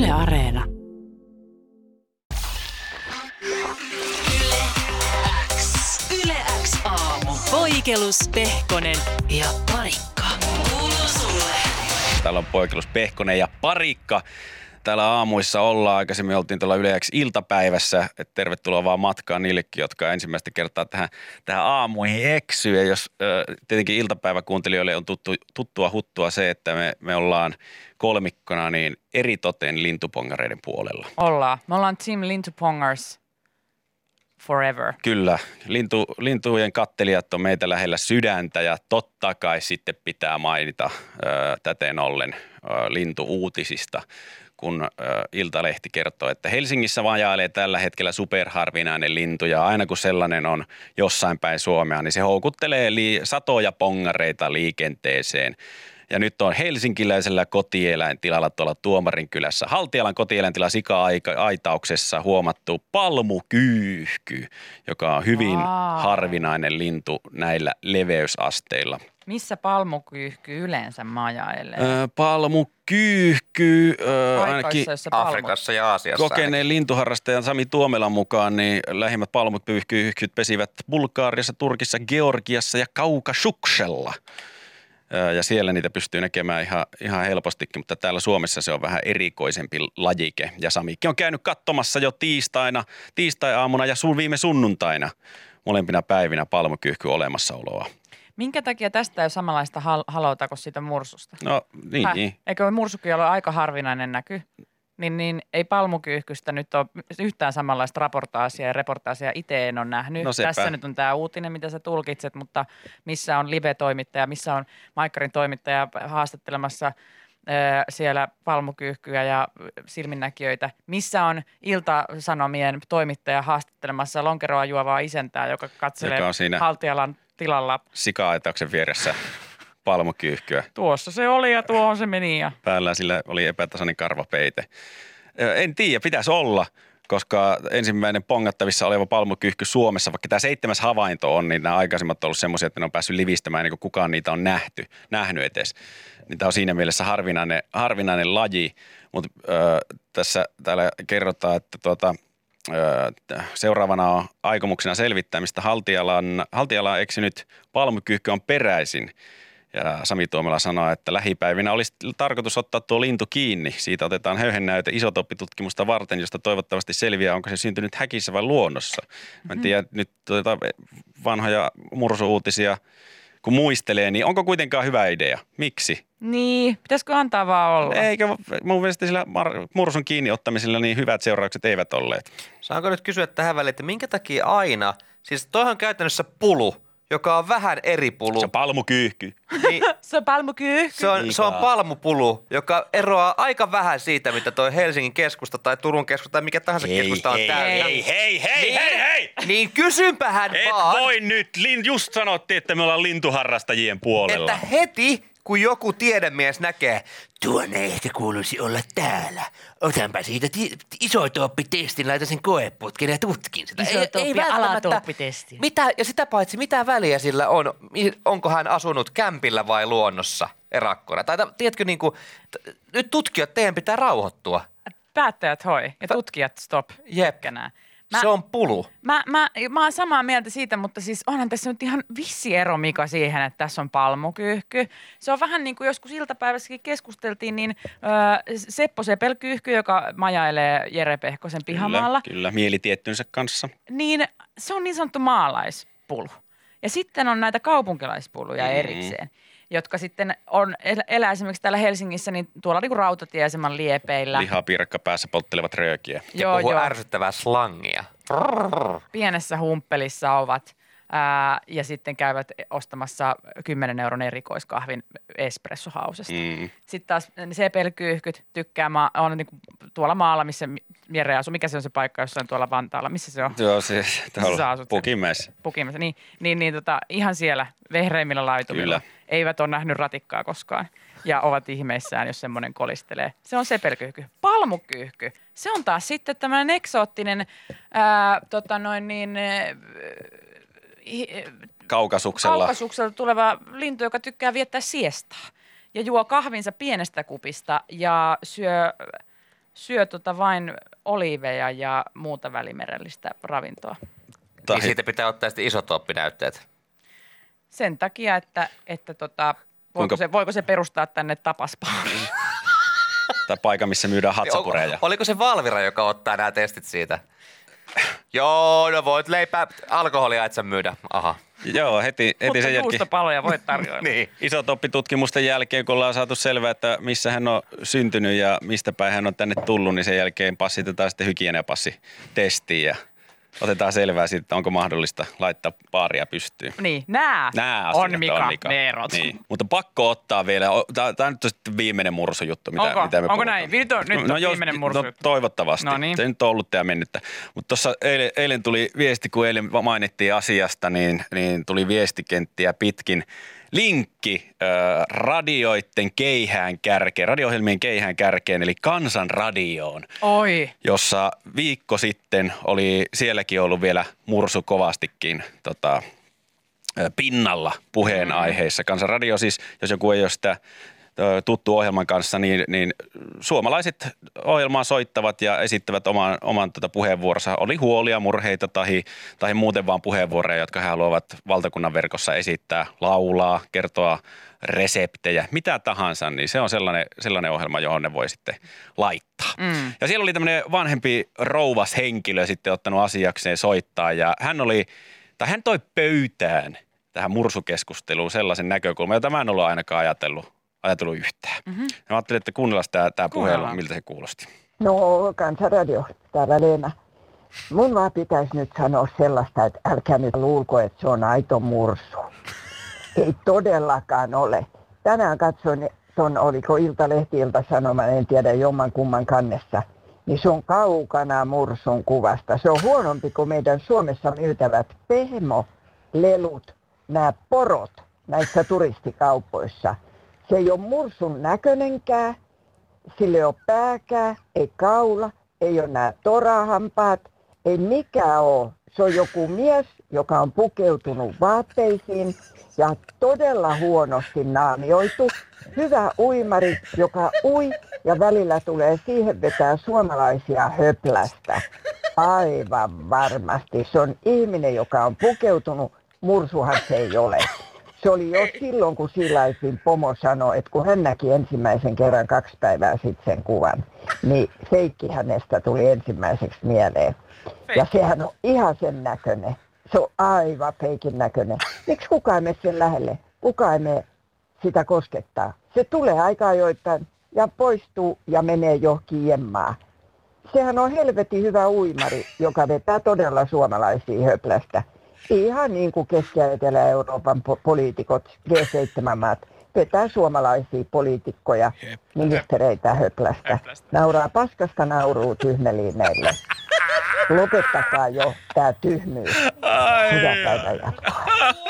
Areena. Yle X aamu. Poikelus, Pehkonen ja Parikka. Kuuluu sulle. Täällä on Poikelus, Pehkonen ja Parikka. Täällä aamuissa ollaan. Aikaisemmin oltiin tuolla Yle X iltapäivässä. Et tervetuloa vaan matkaan niillekin, jotka ensimmäistä kertaa tähän aamuihin eksyy. Ja jos tietenkin iltapäiväkuuntelijoille on tuttua huttua se, että me ollaan kolmikkona niin eritoten lintupongareiden puolella. Ollaan. Me ollaan Team Lintupongers forever. Kyllä. Lintujen kattelijat on meitä lähellä sydäntä ja totta kai sitten pitää mainita täten ollen lintuuutisista, kun Iltalehti kertoo, että Helsingissä vajailee tällä hetkellä superharvinainen lintu ja aina kun sellainen on jossain päin Suomea, niin se houkuttelee satoja pongareita liikenteeseen. Ja nyt on helsinkiläisellä kotieläintilalla tuolla Tuomarinkylässä Haltialan kotieläintila sika-aitauksessa huomattu palmukyyhky, joka on hyvin harvinainen lintu näillä leveysasteilla. Missä palmukyyhky yleensä majailee? Palmukyyhky ainakin Afrikassa ja Aasiassa. Kokeneen lintuharrastajan Sami Tuomelan mukaan niin lähimmät palmukyyhkyt pesivät Bulgariassa, Turkissa, Georgiassa ja Kaukasuksella. Ja siellä niitä pystyy näkemään ihan helpostikin, mutta täällä Suomessa se on vähän erikoisempi lajike. Ja Samikin on käynyt katsomassa jo tiistai-aamuna ja viime sunnuntaina molempina päivinä palmukyyhky olemassaoloa. Minkä takia tästä ei ole samanlaista halota kuin siitä mursusta? No niin. Eikö mursukin ole aika harvinainen näky? Niin ei palmukyyhkystä nyt ole yhtään samanlaista reportaasia itse en ole nähnyt. No tässä nyt on tämä uutinen, mitä sä tulkitset, mutta missä on live-toimittaja, missä on Maikkarin toimittaja haastattelemassa siellä palmukyyhkyä ja silminnäkijöitä. Missä on Ilta-Sanomien toimittaja haastattelemassa lonkeroa juovaa isäntää, joka katselee Haltialan tilalla sika-aitauksen vieressä palmukyyhkyä. Tuossa se oli ja tuohon se meni. Ja päällä sillä oli epätasainen karvapeite. En tiedä, pitäisi olla, koska ensimmäinen pongattavissa oleva palmukyyhky Suomessa, vaikka tämä 7. havainto on, niin nämä aikaisemmat on ollut semmoisia, että ne on päässyt livistämään niin kuin kukaan niitä on nähnyt edes. Niin tämä on siinä mielessä harvinainen laji, mutta täällä kerrotaan, että seuraavana on aikomuksena selvittää, mistä Haltiala eksynyt palmukyyhky on peräisin. Ja Sami Tuomela sanoi, että lähipäivinä olisi tarkoitus ottaa tuo lintu kiinni. Siitä otetaan höyhennäyte isotoppitutkimusta varten, josta toivottavasti selviää, onko se syntynyt häkissä vai luonnossa. Mä en tiedä, nyt vanhoja mursuuutisia kun muistelee, niin onko kuitenkaan hyvä idea? Miksi? Niin, pitäisikö antaa vaan olla? Eikä mun mielestä sillä mursun kiinni ottamisella niin hyvät seuraukset eivät olleet. Saanko nyt kysyä tähän väliin, että minkä takia aina, siis toihan on käytännössä pulu, joka on vähän eri pulu. Se on palmukyyhky. Niin, se on palmukyyhky. Se on palmupulu, joka eroaa aika vähän siitä, mitä toi Helsingin keskusta tai Turun keskusta tai mikä tahansa keskusta on täynnä. Hei! Niin kysynpähän vaan. Et voi nyt, just sanottiin, että me ollaan lintuharrastajien puolella. Että heti, kun joku tiedemies näkee, tuon ei ehkä kuuluisi olla täällä. Otanpa siitä isotoppitestin, laitan sen koeputken ja tutkin sitä. Isotoppi- ja alatoppitesti. Mitä, ja sitä paitsi, mitä väliä sillä on? Onko hän asunut kämpillä vai luonnossa erakkona? Tai tiedätkö, nyt tutkijat, teidän pitää rauhoittua. Päättäjät hoi ja tutkijat stop. Jep. Se on pulu. Mä oon samaa mieltä siitä, mutta siis onhan tässä nyt ihan vissi ero, Mika, siihen, että tässä on palmukyyhky. Se on vähän niin kuin joskus iltapäivässäkin keskusteltiin, niin Seppo Sepelkyyhky, joka majailee Jere Pehkosen pihamaalla. Kyllä, mielitiettynsä kanssa. Niin se on niin sanottu maalaispulu. Ja sitten on näitä kaupunkilaispuluja erikseen, jotka sitten elää esimerkiksi täällä Helsingissä, niin tuolla niin kuin rautatieaseman liepeillä. Lihapiirakka päässä polttelevat röökiä. Ja puhuu ärsyttävää slangia. Pienessä humppelissa ovat ja sitten käyvät ostamassa 10 € erikoiskahvin espressohausesta. Sitten taas sepelkyyhkyt tykkää, on niin kuin tuolla maalla, missä Jere asuu. Mikä se on se paikka jossain tuolla Vantaalla? Missä se on? Joo, siis Pukimäessä. Pukimäessä, niin ihan siellä vehreimmillä laitumilla. Kyllä. Eivät ole nähnyt ratikkaa koskaan ja ovat ihmeissään, jos semmoinen kolistelee. Se on sepelkyyhky. Palmukyyhky. Se on taas sitten tämmöinen eksoottinen, Kaukasuksella tuleva lintu, joka tykkää viettää siestaa ja juo kahvinsa pienestä kupista ja syö syö vain oliiveja ja muuta välimerellistä ravintoa. Niin siitä pitää ottaa sitten isotooppinäytteet. Sen takia, että voiko se perustaa tänne tapasbaariin? Tai paikka, missä myydään hatsapureja. Oliko se Valvira, joka ottaa nämä testit siitä? Joo, no voit leipää alkoholia, et sä myydä. Aha. Joo, heti sen jälkeen. Mutta juustopaloja voit tarjoilla. Niin. Isotoppitutkimusten jälkeen, kun ollaan saatu selvää, että missä hän on syntynyt ja mistä päin hän on tänne tullut, niin sen jälkeen passitetaan sitten hygieniapassi-testiin ja otetaan selvää siitä, että onko mahdollista laittaa baaria pystyyn. Niin, nämä on Mika Neerot. Niin. Mutta pakko ottaa vielä, tämä on nyt sitten viimeinen mursujuttu, mitä me puhutaan. Onko näin? Nyt on viimeinen mursujuttu. No toivottavasti. No niin. Se nyt on ollut ja mennyttä. Mutta tuossa eilen tuli viesti, kun eilen mainittiin asiasta, niin tuli viestikenttiä pitkin. Linkki radioiden radio-ohjelmien keihään kärkeen, eli Kansanradioon. Oi. Jossa viikko sitten oli sielläkin ollut vielä mursu kovastikin pinnalla puheenaiheissa. Kansanradio siis, jos joku ei ole sitä tuttu ohjelman kanssa, niin suomalaiset ohjelmaa soittavat ja esittävät oman puheenvuoronsa. Oli huolia, murheita tai muuten vaan puheenvuoroja, jotka he haluavat valtakunnan verkossa esittää, laulaa, kertoa reseptejä, mitä tahansa, niin se on sellainen ohjelma, johon ne voi sitten laittaa. Mm. Ja siellä oli tämmöinen vanhempi rouvas henkilö sitten ottanut asiakseen soittaa ja hän toi pöytään tähän mursukeskusteluun sellaisen näkökulman, jota mä en ollut ainakaan ajatellut yhtään. Mm-hmm. Mä ajattelin, että kuunnellaan tämä puhelu, miltä se kuulosti. No, Kansanradio, täällä Leena. Mun vaan pitäisi nyt sanoa sellaista, että älkää nyt luulko, että se on aito mursu. Ei todellakaan ole. Tänään katsoin oliko Iltalehti Ilta-Sanoma, en tiedä jomman kumman kannessa, niin se on kaukana mursun kuvasta. Se on huonompi kuin meidän Suomessa myytävät pehmolelut, nämä porot näissä turistikaupoissa. Se ei ole mursun näköinenkään, sillä ei ole pääkää, ei kaula, ei ole nämä torahampaat, ei mikään ole. Se on joku mies, joka on pukeutunut vaatteisiin ja todella huonosti naamioitu. Hyvä uimari, joka ui ja välillä tulee siihen vetää suomalaisia höplästä. Aivan varmasti. Se on ihminen, joka on pukeutunut, mursuhan se ei ole. Se oli jo silloin, kun Silaisin pomo sanoi, että kun hän näki ensimmäisen kerran 2 päivää sitten sen kuvan, niin feikki hänestä tuli ensimmäiseksi mieleen. Ja sehän on ihan sen näköinen. Se on aivan feikin näköinen. Miksi kukaan ei mene sen lähelle? Kukaan ei mene sitä koskettaa. Se tulee aika ajoittain ja poistuu ja menee johonkin jemmaan. Sehän on helvetin hyvä uimari, joka vetää todella suomalaisia höplästä. Ihan niin kuin Keski- ja Etelä-Euroopan poliitikot, G7-maat, vetää suomalaisia poliitikkoja, ministereitä höplästä. Nauraa paskasta nauruu tyhmeliineille. Lopettakaa jo tää tyhmyys. Hyvää päivää jatkoa.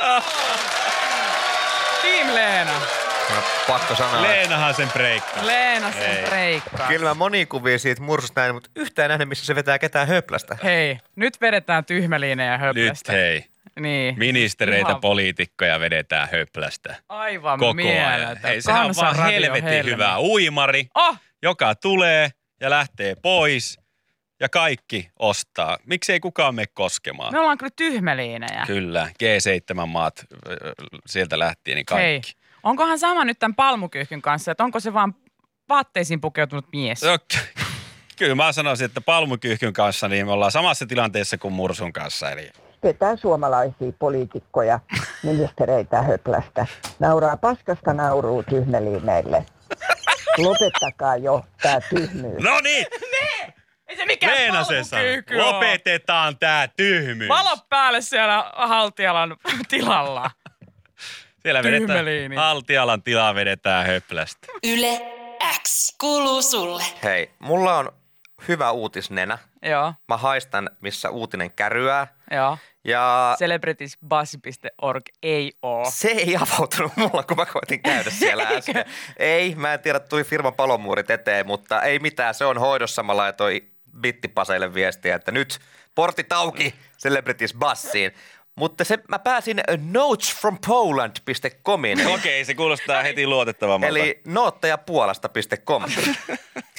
Team Leena. No, pakko sanoa. Leenahan sen breikkaa. Leena sen breikkaa. Kyllä mä monia kuvia siitä mursusta näin, mutta yhtään nähnyt, missä se vetää ketään höplästä. Hei, nyt vedetään tyhmäliinejä höplästä. Nyt hei. Niin. Ministereitä, poliitikkoja vedetään höplästä. Aivan koko mieletön. ajan. Hei, sehän on vaan helvetin hyvä uimari, joka tulee ja lähtee pois ja kaikki ostaa. Miksi ei kukaan mene koskemaan? Me ollaan kyllä tyhmäliinejä. Kyllä, G7-maat sieltä lähtien, niin kaikki. Hei, onkohan sama nyt tämän palmukyyhkyn kanssa, että onko se vaan vaatteisiin pukeutunut mies? Kyllä mä sanoisin, että palmukyyhkyn kanssa niin me ollaan samassa tilanteessa kuin mursun kanssa. Eli vetää suomalaisia poliitikkoja, ministereitä höplästä. Nauraa paskasta nauruu tyhmeliineille. Lopettakaa jo tää tyhmyys. No niin! Ei se mikään Leena se sanoo. Lopetetaan tää tyhmyys. Valo päälle siellä Haltialan tilalla. Siellä vedetään, Haltialan tilaa vedetään höplästä. Yle X kuuluu sulle. Hei, mulla on hyvä uutisnenä. Joo. Mä haistan, missä uutinen kärryää. Joo. Ja celebritiesbuzz.org ei oo. se ei avautunut mulla, kun mä koitin käydä siellä äsken. Ei, mä en tiedä, tuli firman palomuurit eteen, mutta ei mitään, se on hoidossa. Mä laitoin bittipaseille viestiä, että nyt portit auki Celebrities Bussiin. Mutta mä pääsin notesfrompoland.comiin. Okei, se kuulostaa heti luotettavammalta. Eli noottejapuolasta.com.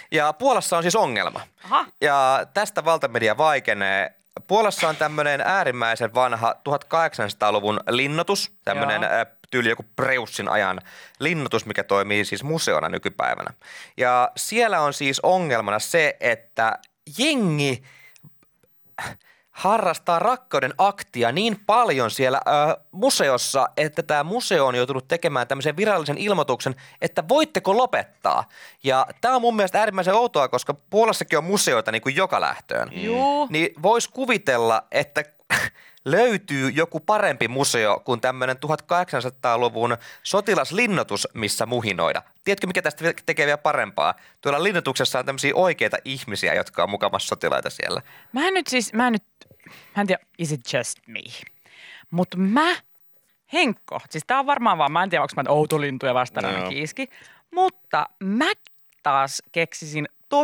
Ja Puolassa on siis ongelma. Aha. Ja tästä valtamedia vaikenee. Puolassa on tämmöinen äärimmäisen vanha 1800-luvun linnoitus, tämmöinen tyyli joku Preussin ajan linnoitus, mikä toimii siis museona nykypäivänä. Ja siellä on siis ongelmana se, että jengi harrastaa rakkauden aktia niin paljon siellä museossa, että tämä museo on joutunut tekemään tämmöisen virallisen ilmoituksen, että voitteko lopettaa. Ja tämä on mun mielestä äärimmäisen outoa, koska Puolassakin on museoita niin kuin joka lähtöön. Juu. Niin voisi kuvitella, että löytyy joku parempi museo kuin tämmöinen 1800-luvun sotilaslinnoitus, missä muhinoida. Tiedätkö, mikä tästä tekee vielä parempaa? Tuolla linnoituksessa on tämmöisiä oikeita ihmisiä, jotka on mukavassa sotilaita siellä. Mä en tiedä, is it just me? Mutta Henkko, siis tää on varmaan vaan, mä en tiedä, onko mä outolintuja vastarannan kiiski, mutta mä taas keksisin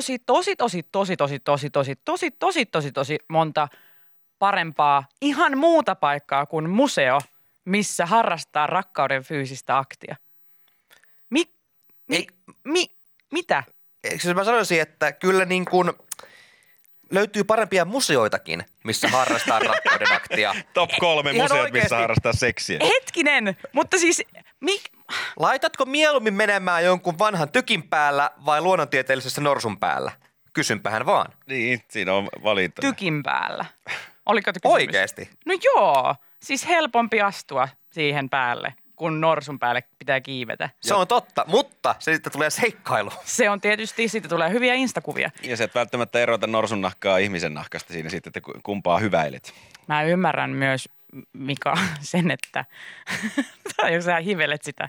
tosi monta parempaa, ihan muuta paikkaa kuin museo, missä harrastaa rakkauden fyysistä aktia. Mitä? Siis mä sanoisin, että kyllä niin kuin löytyy parempia museoitakin, missä harrastaa rakkauden aktia. Top 3 Ihan museot, oikeesti. missä harrastaa seksiä. Hetkinen, mutta siis Laitatko mieluummin menemään jonkun vanhan tykin päällä vai luonnontieteellisessä norsun päällä? Kysynpähän vaan. Niin, siinä on valinta. tykin päällä. Oliko kysymys? Oikeesti? No joo, siis helpompi astua siihen päälle, kun norsun päälle pitää kiivetä. Se on totta, mutta se sitten tulee seikkailu. Se on tietysti, siitä tulee hyviä instakuvia. Ja sä et välttämättä erota norsun nahkaa ihmisen nahkasta siinä sitten, että kumpaa hyväilet. Mä ymmärrän myös, Mika, sen, että tai jos sä hivelet sitä.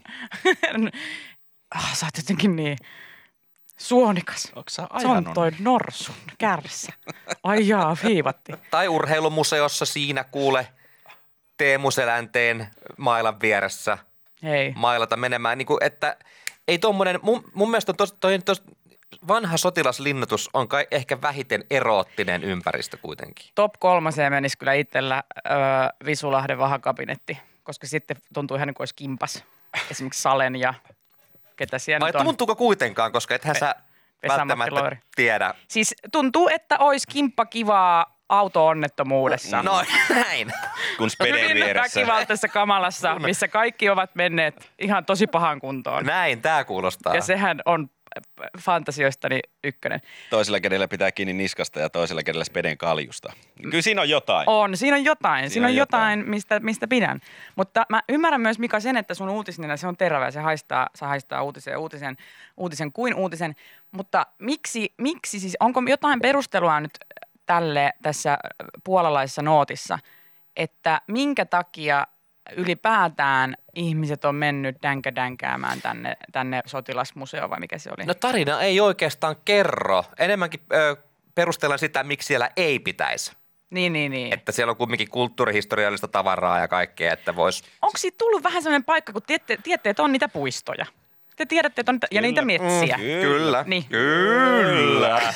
Sä oot jotenkin niin suonikas. Onko sä Se on toi norsun kärssä. Ai jaa, fiivatti. Tai urheilumuseossa siinä kuule Teemu Selänteen mailan vieressä Hei. mailata menemään. Niin kuin, että ei tommonen, mun mielestä toi vanha sotilaslinnoitus on kai ehkä vähiten eroottinen ympäristö kuitenkin. Top 3 menisi kyllä itsellä Visulahden vahakabinetti, koska sitten tuntuu ihan niin kuin olisi kimpas. Esimerkiksi Salen ja ketä siellä Vai nyt on. tuntuuko kuitenkaan, koska ethän sä Vesa-Matti Loiri. välttämättä tiedä. Siis tuntuu, että olisi kimppa kivaa auto-onnettomuudessa. No näin. Kun speden Hyvin vieressä. väkivaltaisessa kamalassa, missä kaikki ovat menneet ihan tosi pahaan kuntoon. Näin, tää kuulostaa. Ja sehän on fantasioistani ykkönen. Toisella kädellä pitää kiinni niskasta ja toisella kädellä speden kaljusta. Kyllä siinä on jotain. Siinä on jotain. Siinä on jotain. jotain, mistä pidän. Mutta mä ymmärrän myös, Mika, sen, että sun uutisnina se on terävä ja se haistaa uutisen kuin uutisen. Mutta miksi siis, onko jotain perustelua nyt tälle tässä puolalaisessa nootissa, että minkä takia ylipäätään ihmiset on mennyt dänkäämään tänne sotilasmuseoon vai mikä se oli? No tarina ei oikeastaan kerro. Enemmänkin perustellaan sitä, miksi siellä ei pitäisi. Niin. Että siellä on kumminkin kulttuurihistoriallista tavaraa ja kaikkea, että vois... Onko siitä tullut vähän sellainen paikka, kun tiedätte, että on niitä puistoja? Te tiedätte, että on ja niitä metsiä. Kyllä. Niin. Kyllä.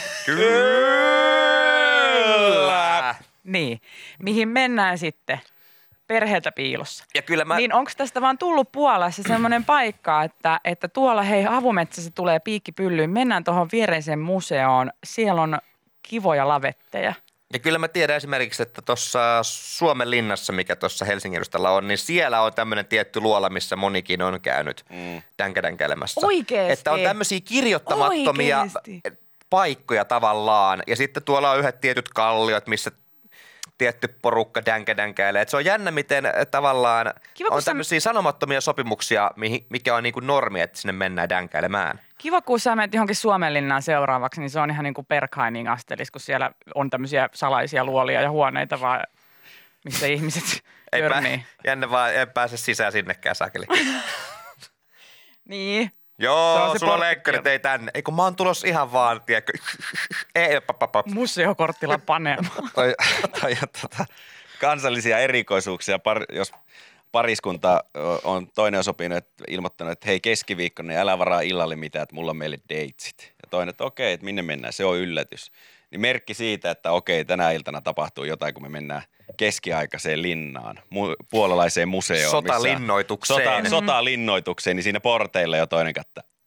Kyllä. Niin, mihin mennään sitten perheeltä piilossa. Ja kyllä mä... Niin onko tästä vaan tullut Puolassa semmoinen paikka, että tuolla hei Avumetsässä tulee piikkipyllyyn, mennään tuohon viereiseen museoon, siellä on kivoja lavetteja. Ja kyllä mä tiedän esimerkiksi, että tuossa Suomen linnassa, mikä tuossa Helsingin edustalla on, niin siellä on tämmöinen tietty luola, missä monikin on käynyt dänkädänkäilemässä. Oikeesti? Että on tämmöisiä kirjoittamattomia paikkoja tavallaan. Ja sitten tuolla on yhdet tietyt kalliot, missä tietty porukka dänkädänkäilee. Että se on jännä, miten tavallaan on tämmöisiä sanomattomia sopimuksia, mikä on niin kuin normi, että sinne mennään dänkäilemään. Kiva, kun sä menet johonkin Suomenlinnaan seuraavaksi, niin se on ihan niin kuin Berghainin astelis, kun siellä on tämmöisiä salaisia luolia ja huoneita, vaan missä ihmiset törmii. Jännä vaan, en pääse sisään sinnekään sakeli. Niin. Joo, sulla on lenkkarit, ei tänne. Eikö mä oon tulossa ihan vaan, tiedätkö? Museokorttila Paneema. Toi on kansallisia erikoisuuksia, jos pariskunta on toinen sopinut, että ilmoittanut, että hei keskiviikkona, niin älä varaa illalle mitään, että mulla on meille datesit. Ja toinen, että okei, että minne mennään, se on yllätys. Niin merkki siitä, että okei, tänä iltana tapahtuu jotain, kun me mennään keskiaikaiseen linnaan, puolalaiseen museoon. Sotalinnoitukseen. Sotalinnoitukseen, niin siinä porteilla jo toinen kattaa.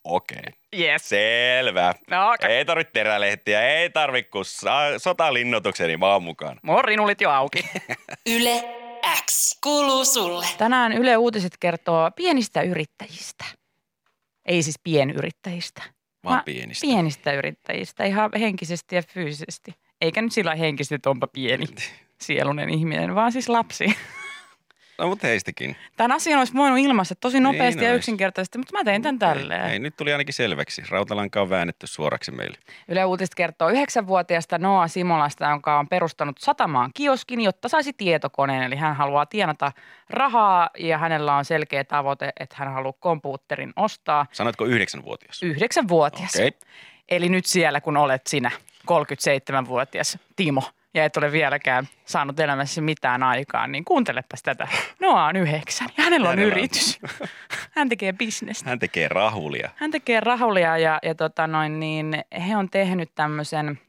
Okei. Yes. Selvä. No, Ei tarvitse terälehtiä, ei tarvitse kun sotalinnoitukseni vaan mukaan. mun rinulit jo auki. Yle X kuuluu sulle. Tänään Yle Uutiset kertoo pienistä yrittäjistä. Ei siis pienyrittäjistä. Vaan pienistä. Pienistä yrittäjistä, ihan henkisesti ja fyysisesti. Eikä nyt sillä henkisesti, että onpa pieni sielunen ihminen, vaan siis lapsi. No mutta heistäkin. Tämän asian olisi voinut ilmaista tosi nopeasti ja olisi. yksinkertaisesti, mutta mä tein tämän tälleen. Ei, nyt tuli ainakin selväksi. Rautalanka on väännetty suoraksi meille. Yle Uutiset kertoo 9-vuotiaasta Noa Simolasta, jonka on perustanut Satamaan kioskin, jotta saisi tietokoneen. Eli hän haluaa tienata rahaa ja hänellä on selkeä tavoite, että hän haluaa kompuutterin ostaa. Sanoitko 9-vuotias? 9-vuotias. Okei. Eli nyt siellä, kun olet sinä, 37-vuotias Timo, ja et ole vieläkään saanut elämässä mitään aikaan, niin kuuntelepas tätä. Noa on 9 ja hänellä on yritys. Hän tekee bisnestä. Hän tekee rahulia. Hän tekee rahulia ja niin he on tehnyt tämmöisen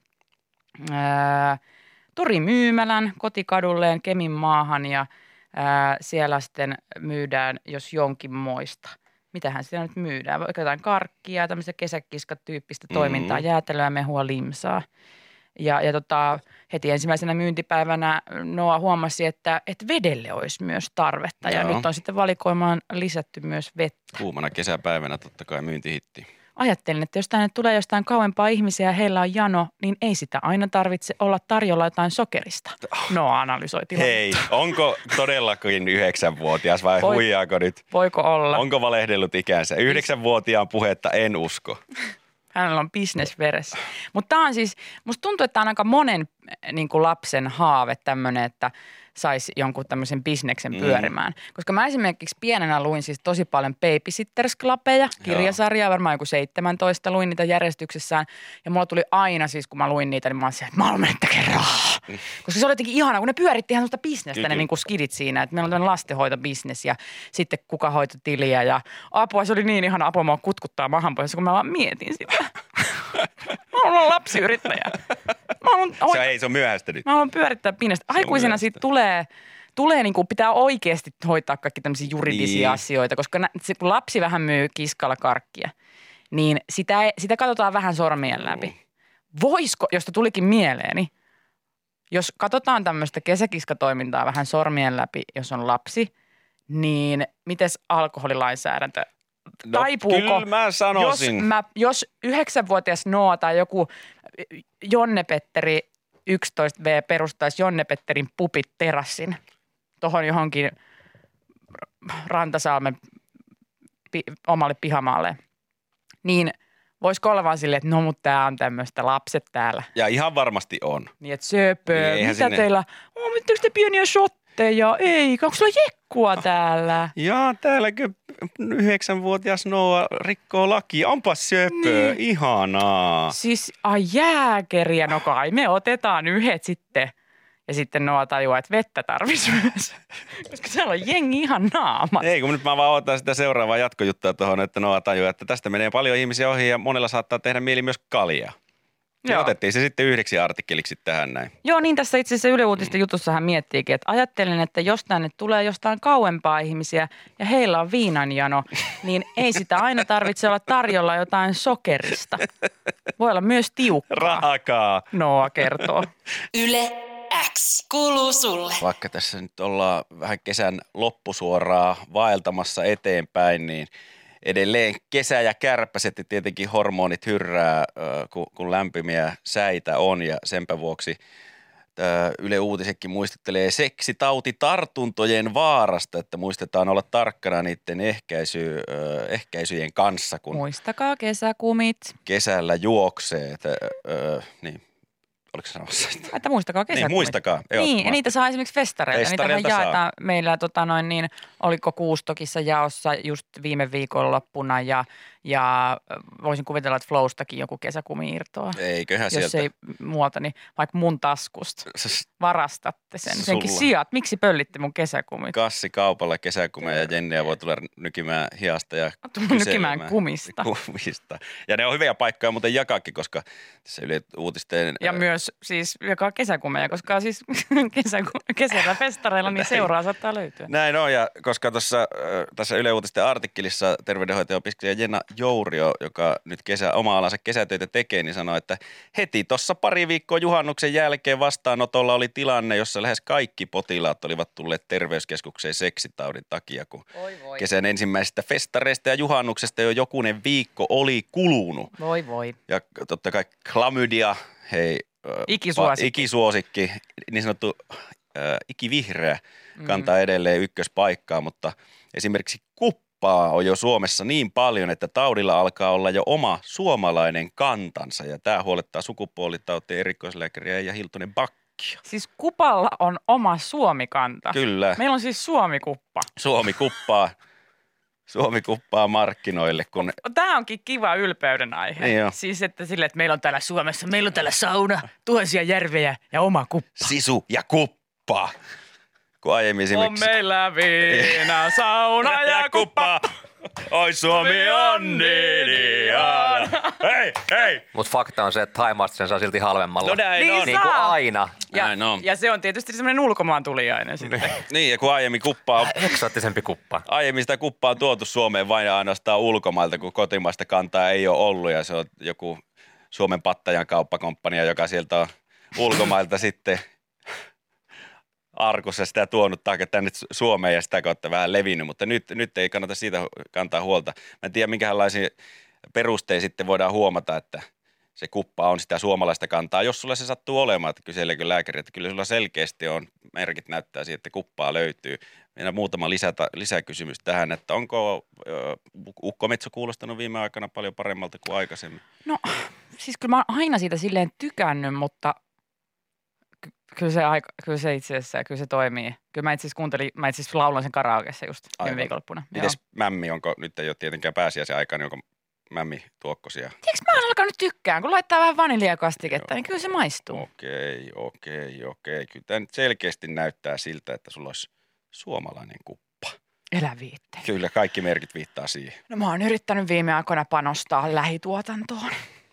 torimyymälän kotikadulleen Kemin maahan ja siellä sitten myydään jos jonkin moista. Mitähän siellä nyt myydään? Vaikka jotain karkkia, tämmöistä kesäkiskatyyppistä toimintaa, jäätelöä, mehua, limsaa. Ja heti ensimmäisenä myyntipäivänä Noa huomasi, että vedelle olisi myös tarvetta. Ja Joo. nyt on sitten valikoimaan lisätty myös vettä. Kuumana kesäpäivänä totta kai myyntihitti. Ajattelin, että jos tänne tulee jostain kauempaa ihmisiä ja heillä on jano, niin ei sitä aina tarvitse olla tarjolla jotain sokerista. Noa analysoi tilannetta. Hei, onko todellakin 9-vuotias vai huijaako nyt? Voiko olla? Onko valehdellut ikänsä? 9-vuotiaan puhetta en usko. Hänellä on business veressä. Mutta tämä on siis, musta tuntuu, että tämä on aika monen niin kuin lapsen haave tämmöinen, että saisi jonkun tämmöisen bisneksen pyörimään. Koska mä esimerkiksi pienenä luin siis tosi paljon Babysitters Clubeja, kirjasarjaa, varmaan joku 17 luin niitä järjestyksessään. Ja mulla tuli aina siis, kun mä luin niitä, niin mä olin että mä haluan mennä tekemään rahaa. Koska se oli jotenkin ihanaa, kun ne pyöritti ihan sellaista bisnestä, ne niin kuin skidit siinä. Että meillä on tämmöinen lastenhoitobisnes ja sitten kuka hoitoi tiliä ja apua. Se oli niin ihana apua, mä kutkuttaa mahan pois, kun mä vaan mietin sitä. Mä haluan lapsiyrittäjä. Se on myöhäistä nyt. Mä haluan pyörittää bisnestä. Aikuisena siitä tulee niin kuin pitää oikeasti hoitaa kaikki tämmöisiä juridisia asioita, koska kun lapsi vähän myy kiskalla karkkia, niin sitä katsotaan vähän sormien läpi. Voisiko, josta tulikin mieleeni, jos katsotaan tämmöistä kesäkiskatoimintaa vähän sormien läpi, jos on lapsi, niin mites alkoholilainsäädäntö? No, Taipuuko? kyllä mä sanoisin. Jos 9-vuotias Noa tai joku Jonne-Petteri 11V perustaisi Jonne-Petterin pupit terassin tuohon johonkin Rantasalmen omalle pihamaalle, niin voisiko olla vaan silleen, että no mutta tää on tämmöistä lapset täällä. Ja ihan varmasti on. Niin että söpö, Eihän mitä sinne teillä, mittekö te pieniä shotteja, ei, onko sulla jekkua täällä? Ja täälläkö 9-vuotias Noa rikkoo lakia, onpa söpöä, ihanaa. Siis jääkeriä, no kai me otetaan yhdet sitten. Ja sitten Noa tajuaa, että vettä tarvitsisi myös, koska siellä on jengi ihan naamat. Ei, kun nyt mä vaan otan sitä seuraavaa jatkojuttua tuohon, että Noa tajuaa, että tästä menee paljon ihmisiä ohi ja monella saattaa tehdä mieli myös kaljaa. Ja otettiin se sitten yhdeksi artikkeliksi tähän näin. Joo, niin tässä itse asiassa Yle Uutisten jutussa hän miettiikin, että ajattelen, että jos tänne tulee jostain kauempaa ihmisiä ja heillä on viinanjano, niin ei sitä aina tarvitse olla tarjolla jotain sokerista. Voi olla myös tiukkaa. Rahakaa. Noa kertoo. Yle X kuuluu sulle. Vaikka tässä nyt ollaan vähän kesän loppusuoraa vaeltamassa eteenpäin, niin edelleen kesä ja kärpäset ja tietenkin hormonit hyrrää, kun lämpimiä säitä on ja senpä vuoksi Yle Uutisetkin muistuttelee seksitautitartuntojen vaarasta, että muistetaan olla tarkkana niiden ehkäisyjen kanssa, kun Muistakaa kesäkumit. kesällä juoksee. Niin. Oliko sanomassa sitä? Että muistakaa kesäkumit. Niin, muistakaa. Niin, ja niitä saa esimerkiksi festareilta. Niitähän Festareilta jaetaan meillä, oliko Kuustokissa jaossa just viime viikonloppuna ja voisin kuvitella, että Flowstakin joku kesäkumi irtoaa. Eiköhän Jos sieltä. ei muuta, niin vaikka mun taskusta varastatte senkin Sulla. sijaan. Miksi pöllitte mun kesäkumit? Kassi kaupalla kesäkumeja ja Jenniä voi tulla nykimään hihasta ja Nykimään kumista. Ja ne on hyviä paikkoja muuten jakaakin, koska tässä Yle Uutisten. Ja myös siis joka kesäkumeja, koska siis kesällä festareilla niin seuraa saattaa löytyä. Näin on, ja koska tässä Yle Uutisten artikkelissa terveydenhoitaja-opiskelija Jourio, joka nyt oma-alansa kesätöitä tekee, niin sanoi, että heti tuossa pari viikkoa juhannuksen jälkeen vastaanotolla oli tilanne, jossa lähes kaikki potilaat olivat tulleet terveyskeskukseen seksitaudin takia, kun kesän ensimmäisistä festareista ja juhannuksesta jo jokunen viikko oli kulunut. Voi. Ja totta kai klamydia, ikisuosikki, niin sanottu ikivihreä kantaa edelleen ykköspaikkaa, mutta esimerkiksi kuppaa on jo Suomessa niin paljon, että taudilla alkaa olla jo oma suomalainen kantansa ja tämä huolettaa sukupuolitautien erikoislääkäriä ja Hiltunen Bakkia. Siis kupalla on oma Suomi-kanta. Kyllä. Meillä on siis Suomi-kuppa. Suomi kuppaa markkinoille. Tämä onkin kiva ylpeyden aihe. Niin siis että sille, että meillä on täällä Suomessa, meillä on täällä sauna, tuhansia järvejä ja oma kuppa. Sisu ja kuppa. Kun aiemmin esimerkiksi... On meillä viina, sauna ja kuppa. Oi Suomi on niin ihana. Hei! Mutta fakta on se, että Thaimaasta sen saa silti halvemmalla. No näin Niin on. Niin kuin aina. Näin on. Ja se on tietysti semmoinen ulkomaan tulijainen sitten. Niin, ja kun aiemmin kuppaa... Eksoottisempi kuppa. Aiemmin sitä kuppaa on tuotu Suomeen vain ja ainoastaan ulkomailta, kun kotimaista kantaa ei ole ollut. Ja se on joku Suomen Pattajan kauppakomppania, joka sieltä on ulkomailta sitten arkussa sitä tuonut tänne Suomeen ja sitä kautta vähän levinnyt. Mutta nyt ei kannata siitä kantaa huolta. Mä en tiedä, minkälaisia perustein sitten voidaan huomata, että se kuppa on sitä suomalaista kantaa, jos sulla se sattuu olemaan, että kyseleekö lääkäri, että kyllä sulla selkeästi on, merkit näyttää siihen, että kuppaa löytyy. Meillä muutama lisäkysymys tähän, että onko ukkometso kuulostanut viime aikana paljon paremmalta kuin aikaisemmin? No siis kyllä mä oon aina siitä silleen tykännyt, mutta kyllä se itse asiassa, kyllä se toimii. Kyllä mä itse asiassa laulan sen karaokeessa just viime viikonloppuna. Mites mämmi, onko, nyt ei ole tietenkään pääsiäisen aikaa, niin onko mämmi tuokkosia? Tiedätkö mä oon alkanut tykkään, kun laittaa vähän vaniljakastiketta, niin kyllä se maistuu. Okei. Kyllä tämä nyt selkeästi näyttää siltä, että sulla olisi suomalainen kuppa. Elä viitte. Kyllä, kaikki merkit viittaa siihen. No mä oon yrittänyt viime aikoina panostaa lähituotantoon.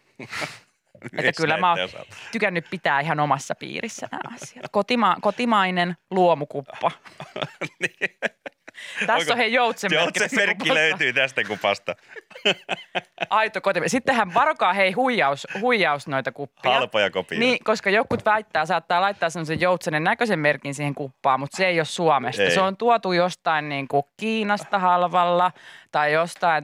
Että kyllä mä oon tykännyt pitää ihan omassa piirissä nämä asiat. Kotimainen luomukuppa. Niin. Tässä on hei joutsenmerkki. Joutsenmerkki löytyy tästä kupasta. Aito kotimainen. Sittenhän varokaa hei huijaus noita kuppia. Halpoja kopia. Niin, koska jokut saattaa laittaa sellaisen joutsenen näköisen merkin siihen kuppaan, mutta se ei ole Suomesta. Ei. Se on tuotu jostain niin kuin Kiinasta halvalla tai jostain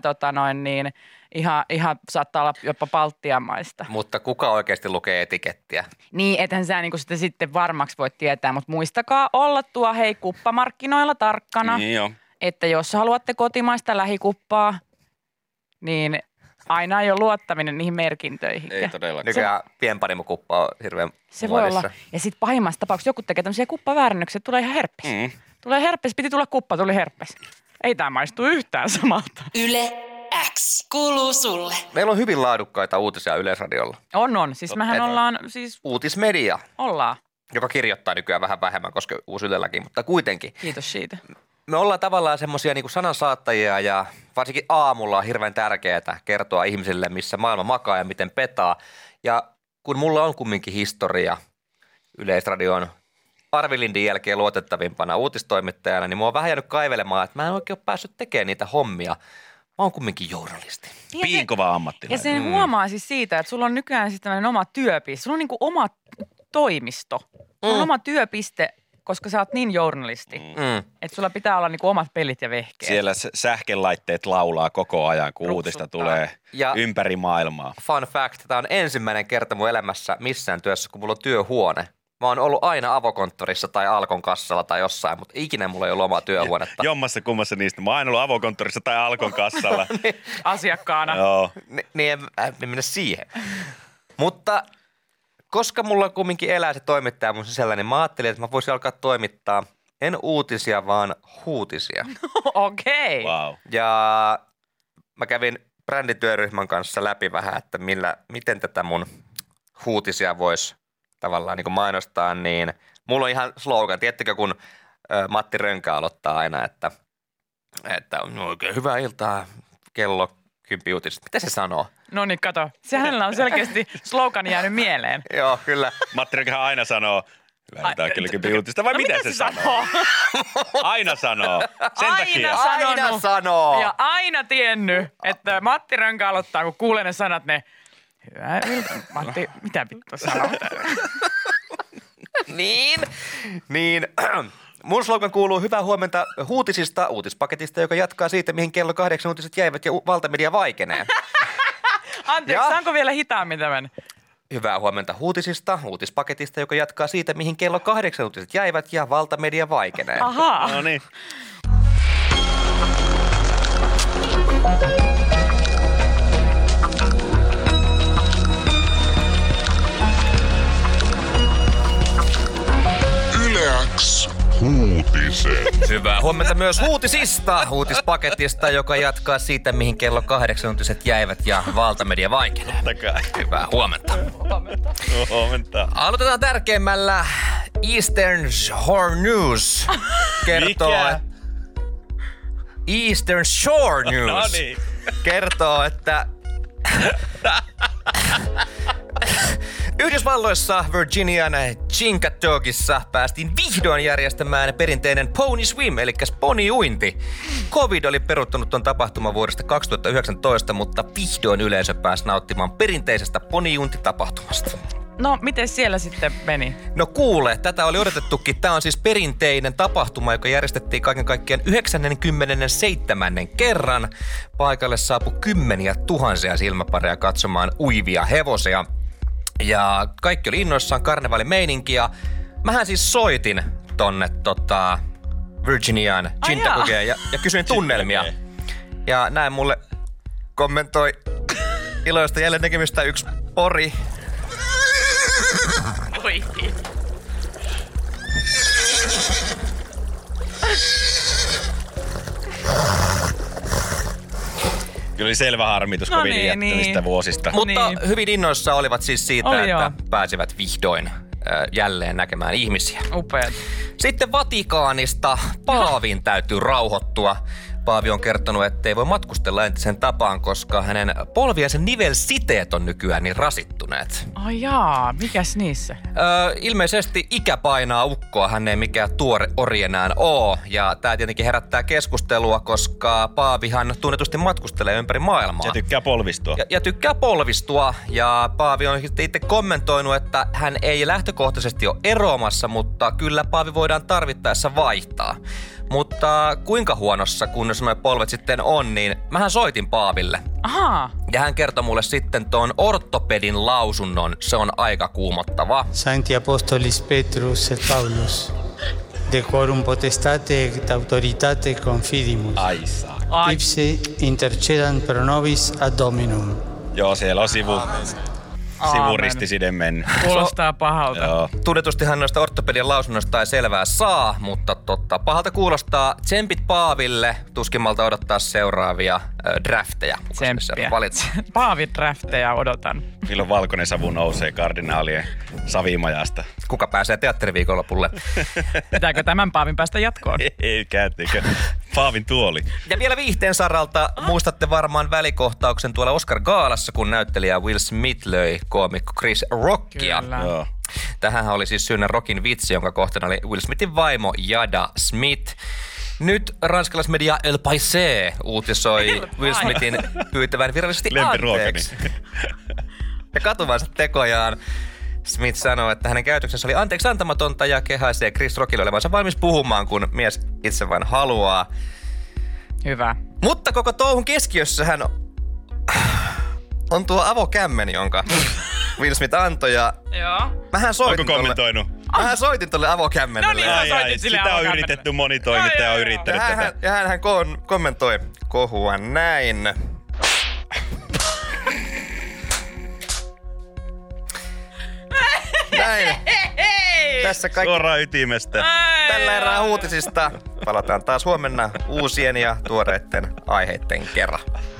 ihan saattaa olla jopa Baltian maista. Mutta kuka oikeasti lukee etikettiä? Niin, ethän sä niin sitä sitten varmaksi voi tietää, mutta muistakaa olla tuo hei kuppamarkkinoilla tarkkana, Niin jo. että jos haluatte kotimaista lähikuppaa, niin aina ei ole luottaminen niihin merkintöihin. Ei todellakaan. Nykyään pienpanimokuppa on hirveän Se voi muodissa. olla. Ja sitten pahimmassa tapauksessa joku tekee tämmöisiä kuppaväärennöksiä, että tulee ihan herpes. Tulee herpes, piti tulla kuppa, tuli herpes. Ei tämä maistu yhtään samalta. Yle X kuuluu sulle. Meillä on hyvin laadukkaita uutisia Yleisradiolla. On. Siis mehän Totta. ollaan, Uutismedia, ollaan. joka kirjoittaa nykyään vähän vähemmän, koska Uusi Ylelläkin, mutta kuitenkin. Kiitos siitä. Me ollaan tavallaan semmoisia niin sanansaattajia ja varsinkin aamulla on hirveän tärkeää kertoa ihmisille, missä maailma makaa ja miten petaa. Ja kun mulla on kumminkin historia Yleisradion Arvi Lindin jälkeen luotettavimpana uutistoimittajana, niin mua on vähän jäänyt kaivelemaan, että mä en oikein ole päässyt tekemään niitä hommia. Mä oon kumminkin journalisti. Piinkova ammattilainen. Ja sen huomaa siis siitä, että sulla on nykyään siis tämmöinen oma työpiste. Sulla on niinku oma toimisto. Sulla on oma työpiste, koska sä oot niin journalisti. Että sulla pitää olla niinku omat pelit ja vehkeet. Siellä sähkölaitteet laulaa koko ajan, kun uutista tulee Ja ympäri maailmaa. fun fact, tämä on ensimmäinen kerta mun elämässä missään työssä, kun mulla on työhuone. Mä oon ollut aina avokonttorissa tai Alkon kassalla tai jossain, mutta ikinä mulla ei ollut omaa työhuonetta. Jommassa kummassa niistä. Mä oon aina ollut avokonttorissa tai Alkon kassalla. Asiakkaana. Joo. Niin en mennä siihen. Mutta koska mulla kumminkin elää se toimittaja mun sisällä, niin mä ajattelin, että mä voisin alkaa toimittaa en uutisia, vaan huutisia. Okei. Wow. Ja mä kävin brändityöryhmän kanssa läpi vähän, että miten tätä mun huutisia voisi tavallaan niin kuin mainostaa, niin mulla on ihan slogan. Tiedättekö, kun Matti Rönkä aloittaa aina, että on oikein hyvää iltaa, kello 10 uutiset. Mitä se sanoo? No niin, kato. Hänellä on selkeästi slogan jäänyt mieleen. Joo, kyllä. Matti Rönkähän aina sanoo Tämä on kyllä 10 uutista, vai mitä se sanoo? Aina sanoo. Sen takia. Aina sanoo. Ja aina tiennyt, että Matti Rönkä aloittaa, kun kuulee ne sanat, ne hyvä, Matti, mitä vittu sanoo? Niin. Mun slogan kuuluu hyvää huomenta huutisista, uutispaketista, joka jatkaa siitä, mihin kello 8 uutiset jäivät ja valtamedia vaikenee. Anteeksi, saanko vielä hitaammin tämän? Hyvää huomenta huutisista, uutispaketista, joka jatkaa siitä, mihin kello 8 uutiset jäivät ja valtamedia vaikenee. Ahaa. No niin. Yle-X uutiset. Hyvää huomenta myös huutisista, uutispaketista, joka jatkaa siitä, mihin kello 8 uutiset jäivät ja valtamedia vaikenee. Hyvää huomenta. Huomenta. Aloitetaan tärkeimmällä. Eastern Shore News kertoo, Mikä? Eastern Shore News No niin. kertoo, että Yhdysvalloissa Virginian Chincatogissa päästiin vihdoin järjestämään perinteinen Pony Swim, eli poniuinti. Covid oli peruuttanut tuon tapahtuman vuodesta 2019, mutta vihdoin yleisö pääsi nauttimaan perinteisestä poniuintitapahtumasta. No, miten siellä sitten meni? No kuule, tätä oli odotettukin. Tämä on siis perinteinen tapahtuma, joka järjestettiin kaiken kaikkiaan 97. kerran. Paikalle saapui kymmeniä tuhansia silmäpareja katsomaan uivia hevosia. Ja kaikki oli innoissaan karnevaalimeininkiä. Mähän siis soitin tonne Virginiaan Chintagogeen ja kysyin tunnelmia. Ja näin mulle kommentoi iloista jälleen näkemistä yksi pori. Oi. Kyllä oli selvä harmitus No kovin niin, jättävistä niin. vuosista. Mutta Niin. hyvin innoissa olivat siis siitä, Oli että joo. pääsivät vihdoin jälleen näkemään ihmisiä. Upeat. Sitten Vatikaanista Paavin täytyy rauhoittua. Paavi on kertonut, että ei voi matkustella entisen tapaan, koska hänen polviensa nivelsiteet on nykyään niin rasittuneet. Ai jaa, mikäs niissä? Ilmeisesti ikä painaa ukkoa, hän ei mikään tuore ori enää oo. Ja tää tietenkin herättää keskustelua, koska Paavihan tunnetusti matkustelee ympäri maailmaa. Se tykkää polvistua. Ja tykkää polvistua. Ja Paavi on itse kommentoinut, että hän ei lähtökohtaisesti ole eroamassa, mutta kyllä Paavi voidaan tarvittaessa vaihtaa. Mutta kuinka huonossa kunnossa nuo polvet sitten on, niin mähän soitin Paaville. Ahaa. Ja hän kertoi mulle sitten ton ortopedin lausunnon. Se on aika kuumottava. Sancti Apostolis Petrus et Paulus, decorum potestate et autoritate confidimus, Ai saa. Ai. ipse intercedant pro nobis ad Dominum. Joo, siellä on sivuristiside mennyt. Kuulostaa pahalta. Joo. Tunnetustihan noista ortopedian lausunnoista ei selvää saa, mutta pahalta kuulostaa. Tsempit Paaville, tuskin odottaa seuraavia drafteja. Kuka sinne Tsemppiä. sieltä valitaan? Paavidrafteja odotan. Milloin valkoinen savu nousee kardinaalien savimajasta? Kuka pääsee teatteriviikonlopulle? Pitääkö tämän Paavin päästä jatkoon? Ei kääntyykö. Paavin tuoli. Ja vielä viihteen saralta muistatte varmaan välikohtauksen tuolla Oscar-gaalassa, kun näyttelijä Will Smith löi koomikko Chris Rockia. Kyllä. Joo. Tähänhän oli siis syynä Rockin vitsi, jonka kohtana oli Will Smithin vaimo Jada Smith. Nyt ranskalaismedia El País uutisoi Will Smithin pyytävän virallisesti anteeksi. Ja katuvansa tekojaan. Smith sanoi, että hänen käytöksensä oli anteeksi antamatonta ja kehaisee Chris Rockille olevansa valmis puhumaan, kun mies itse vain haluaa. Hyvä. Mutta koko touhun keskiössähän on tuo avokämmen, jonka Will Smith antoi ja Joo. mähän soitin Onko kommentoinut? Mähän soitin tolle avokämmenelle. No niin, Ai, soitit sille sitä on avokämmenelle. yritetty, moni toimittaja on Joo. yrittänyt Ja tätä. hän kommentoi kohua näin. Näin. Tässä kaikki Suoraan ytimestä. tällä erää uutisista. Palataan taas huomenna uusien ja tuoreiden aiheiden kerran.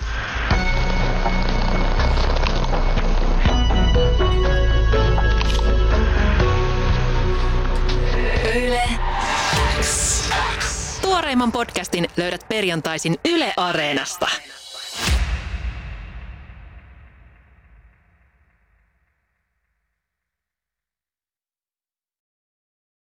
Yle X. Tuoreimman podcastin löydät perjantaisin Yle Areenasta.